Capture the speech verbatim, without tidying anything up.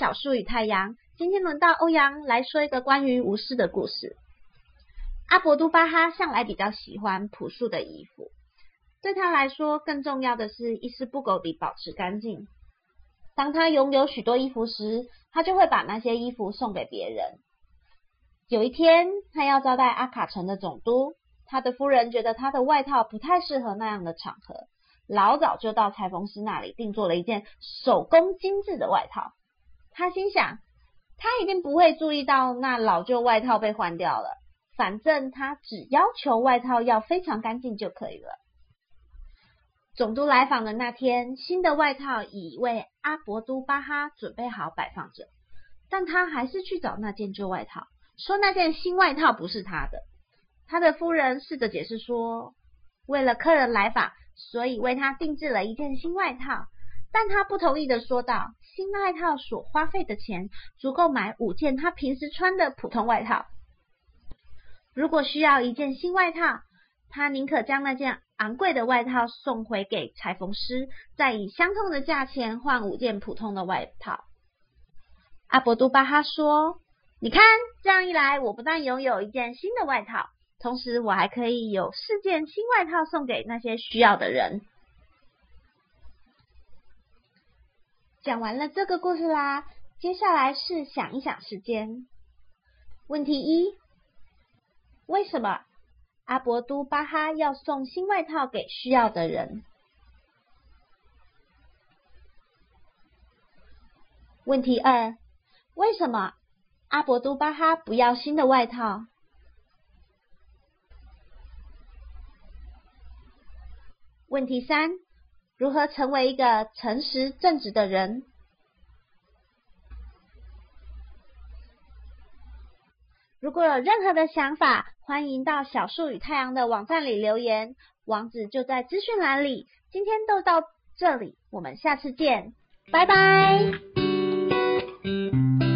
小树与太阳，今天轮到欧阳来说一个关于巫师的故事。阿博都巴哈向来比较喜欢朴素的衣服，对他来说更重要的是一丝不苟地保持干净。当他拥有许多衣服时，他就会把那些衣服送给别人。有一天，他要招待阿卡城的总督，他的夫人觉得他的外套不太适合那样的场合，老早就到裁缝师那里定做了一件手工精致的外套。他心想，他一定不会注意到那老旧外套被换掉了，反正他只要求外套要非常干净就可以了。总督来访的那天，新的外套已为阿博都巴哈准备好摆放着，但他还是去找那件旧外套，说那件新外套不是他的。他的夫人试着解释说，为了客人来访，所以为他定制了一件新外套，但他不同意的说道，新外套所花费的钱足够买五件他平时穿的普通外套。如果需要一件新外套，他宁可将那件昂贵的外套送回给裁缝师，再以相同的价钱换五件普通的外套。阿博都巴哈说，你看，这样一来，我不但拥有一件新的外套，同时我还可以有四件新外套送给那些需要的人。讲完了这个故事啦，接下来是想一想时间。问题一，为什么阿博都巴哈要送新外套给需要的人？问题二，为什么阿博都巴哈不要新的外套？问题三，如何成为一个诚实正直的人？如果有任何的想法，欢迎到小树与太阳的网站里留言，网址就在资讯栏里。今天就到这里，我们下次见，拜拜。